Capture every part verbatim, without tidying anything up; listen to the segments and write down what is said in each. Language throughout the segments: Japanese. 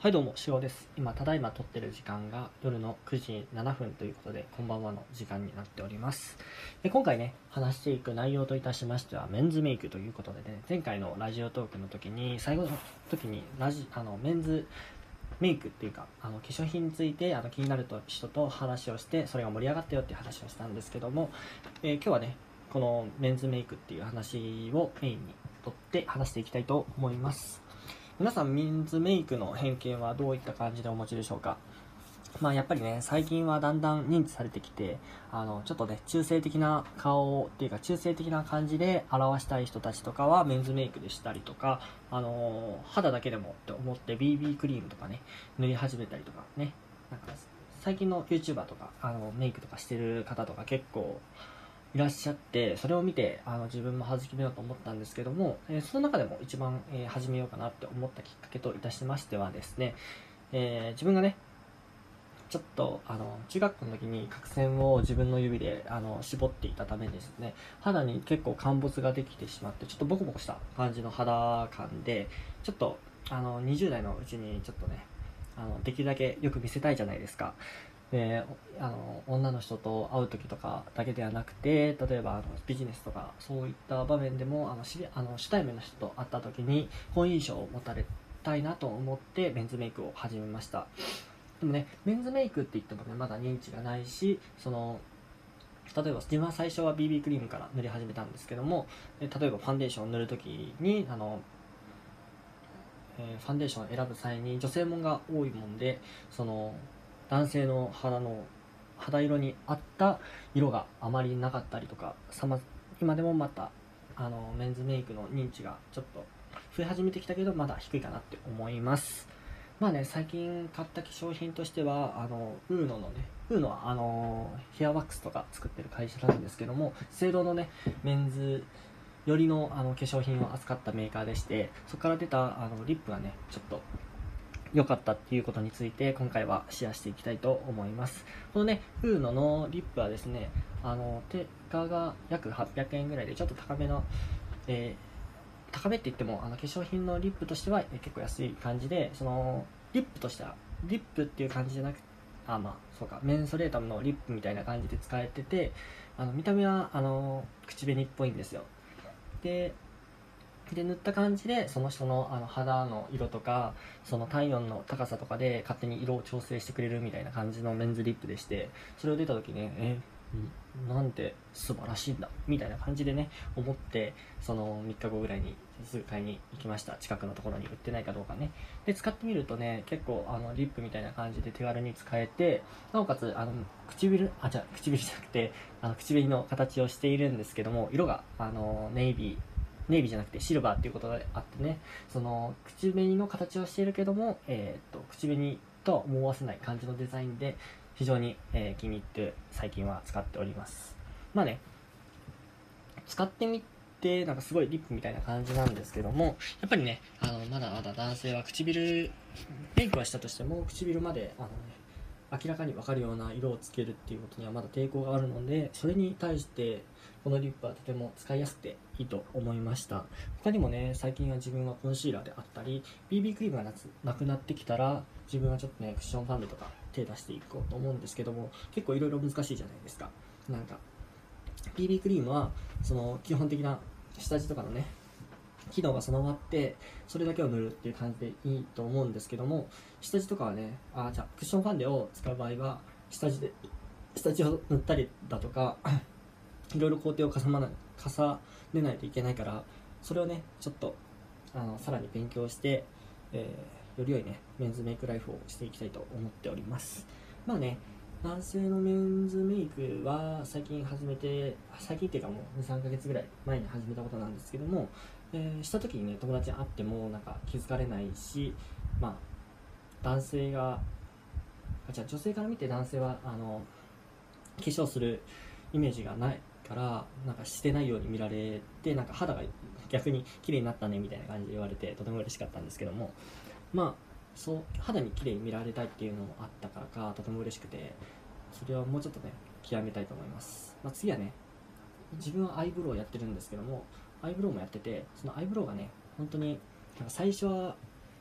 はいどうも、しおです。今、ただいま撮ってる時間が夜のくじななふんということで、こんばんはの時間になっております。で今回ね、話していく内容といたしましては、メンズメイクということでね、前回のラジオトークの時に、最後の時にラジあのメンズメイクっていうか、あの化粧品についてあの気になる人と話をして、それが盛り上がったよっていう話をしたんですけども、えー今日はね、このメンズメイクっていう話をメインにとって話していきたいと思います。皆さんメンズメイクの偏見はどういった感じでお持ちでしょうか。まあやっぱりね、最近はだんだん認知されてきて、あのちょっとね、中性的な顔っていうか中性的な感じで表したい人たちとかはメンズメイクでしたりとか、あのー肌だけでもって思って ビービー クリームとかね、塗り始めたりとかね、なんか最近の YouTuber とかあのメイクとかしてる方とか結構いらっしゃって、それを見てあの自分も始めようと思ったんですけども、えーその中でも一番、えー始めようかなって思ったきっかけといたしましてはですね、えー自分がね、ちょっとあの中学校の時に角栓を自分の指であの絞っていたためですね、肌に結構陥没ができてしまって、ちょっとボコボコした感じの肌感で、ちょっとあのにじゅう代のうちにちょっとね、あのできるだけよく見せたいじゃないですか。であの女の人と会う時とかだけではなくて、例えばあのビジネスとかそういった場面でもあの知りあの初対面の人と会った時に好印象を持たれたいなと思ってメンズメイクを始めました。でもね、メンズメイクって言ってもね、まだ認知がないし、その例えば自分は最初は ビービー クリームから塗り始めたんですけども、例えばファンデーションを塗るときにあの、えーファンデーションを選ぶ際に女性もんが多いもんで、その男性の肌の肌色に合った色があまりなかったりとか、さま今でもまたあのメンズメイクの認知がちょっと増え始めてきたけど、まだ低いかなって思います。まあね、最近買った化粧品としては、あのウーノのね、ウーノはあのヘアワックスとか作ってる会社なんですけども、資生堂のね、メンズよりのあの化粧品を扱ったメーカーでして、そこから出たあのリップがね、ちょっと良かったっていうことについて今回はシェアしていきたいと思います。このね、フーノのリップはですね、あの定価が約はっぴゃくえんぐらいでちょっと高めの、えー高めって言ってもあの化粧品のリップとしては、えー結構安い感じで、そのリップとしてはリップっていう感じじゃなくて、あまあそうか、メンソレータムのリップみたいな感じで使えてて、あの見た目はあの口紅っぽいんですよ。でで塗った感じでその人のあの肌の色とかその体温の高さとかで勝手に色を調整してくれるみたいな感じのメンズリップでして、それを出た時ね、えなんて素晴らしいんだみたいな感じでね思って、そのみっかごぐらいにすぐ買いに行きました。近くのところに売ってないかどうかね。で使ってみるとね、結構あのリップみたいな感じで手軽に使えて、なおかつあの唇あじゃあ唇じゃなくてあの口紅の形をしているんですけども、色があのネイビーネイビーじゃなくてシルバーっていうことであってね、その口紅の形をしているけども、えー、っと口紅とは思わせない感じのデザインで非常に、えー気に入って最近は使っております。まあね、使ってみてなんかすごいリップみたいな感じなんですけども、やっぱりね、あのまだまだ男性は唇メイクはしたとしても唇まであの、ね、明らかに分かるような色をつけるっていうことにはまだ抵抗があるので、それに対してこのリップはとても使いやすくていいと思いました。他にもね、最近は自分はコンシーラーであったり ビービー クリームがなくなってきたら、自分はちょっとねクッションファンデとか手出していこうと思うんですけども、結構いろいろ難しいじゃないですか。なんか ビービー クリームはその基本的な下地とかのね機能が備わってそれだけを塗るっていう感じでいいと思うんですけども、下地とかはね、あじゃあクッションファンデを使う場合は下地で下地を塗ったりだとかいろいろ工程を重な重ねないといけないから、それをねちょっとあのさらに勉強して、えーより良いねメンズメイクライフをしていきたいと思っております。まあね、男性のメンズメイクは最近始めて、最近っていうかもうにさんかげつぐらい前に始めたことなんですけども、えーした時にね友達に会ってもなんか気づかれないし、まあ男性があじゃあ女性から見て男性はあの化粧するイメージがないからなんかしてないように見られて、なんか肌が逆に綺麗になったねみたいな感じで言われてとても嬉しかったんですけども、まあそう肌に綺麗に見られたいっていうのもあったからかとても嬉しくて、それはもうちょっとね極めたいと思います。まあ、次はね、自分はアイブロウをやってるんですけども、アイブロウもやってて、そのアイブロウがね本当になんか最初は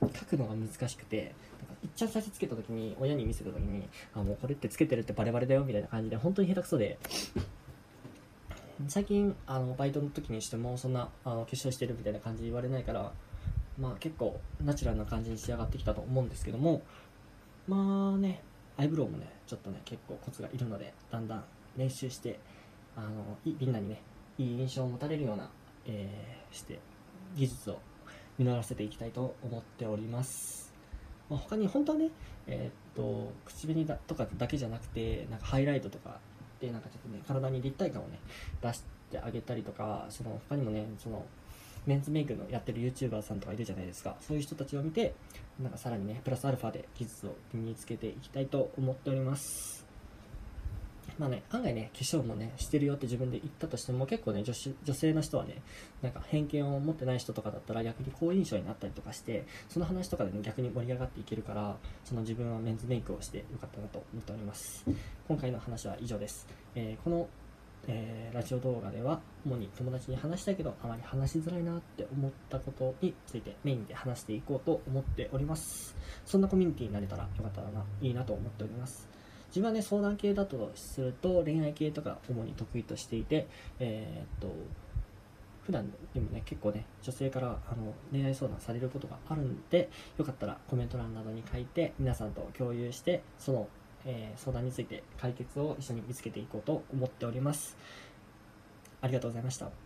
書くのが難しくて、なんかいっちゃん最初つけた時に親に見せた時に、あもうこれってつけてるってバレバレだよみたいな感じで本当に下手くそで、最近あのバイトの時にしてもそんなあの化粧してるみたいな感じで言われないから、まあ結構ナチュラルな感じに仕上がってきたと思うんですけども、まあねアイブロウもねちょっとね結構コツがいるので、だんだん練習してあのみんなにねいい印象を持たれるような、えー、して技術を実らせていきたいと思っております。まあ、他に本当はね、えー、っと口紅だとかだけじゃなくて、なんかハイライトとかでなんかちょっとね体に立体感をね出してあげたりとか、その他にもねそのメンズメイクのやってる YouTuber さんとかいるじゃないですか。そういう人たちを見てなんかさらにねプラスアルファで技術を身につけていきたいと思っております。まあね、案外ね、化粧もね、してるよって自分で言ったとしても、結構ね、女子女性の人はね、なんか偏見を持ってない人とかだったら逆に好印象になったりとかして、その話とかで、ね、逆に盛り上がっていけるから、その自分はメンズメイクをしてよかったなと思っております。今回の話は以上です。えー、この、えー、ラジオ動画では、主に友達に話したいけど、あまり話しづらいなって思ったことについてメインで話していこうと思っております。そんなコミュニティになれたらよかったらな、いいなと思っております。自分はね相談系だとすると恋愛系とか主に得意としていて、えー、っと普段でもね結構ね女性からあの恋愛相談されることがあるんで、よかったらコメント欄などに書いて皆さんと共有して、その、えー、相談について解決を一緒に見つけていこうと思っております。ありがとうございました。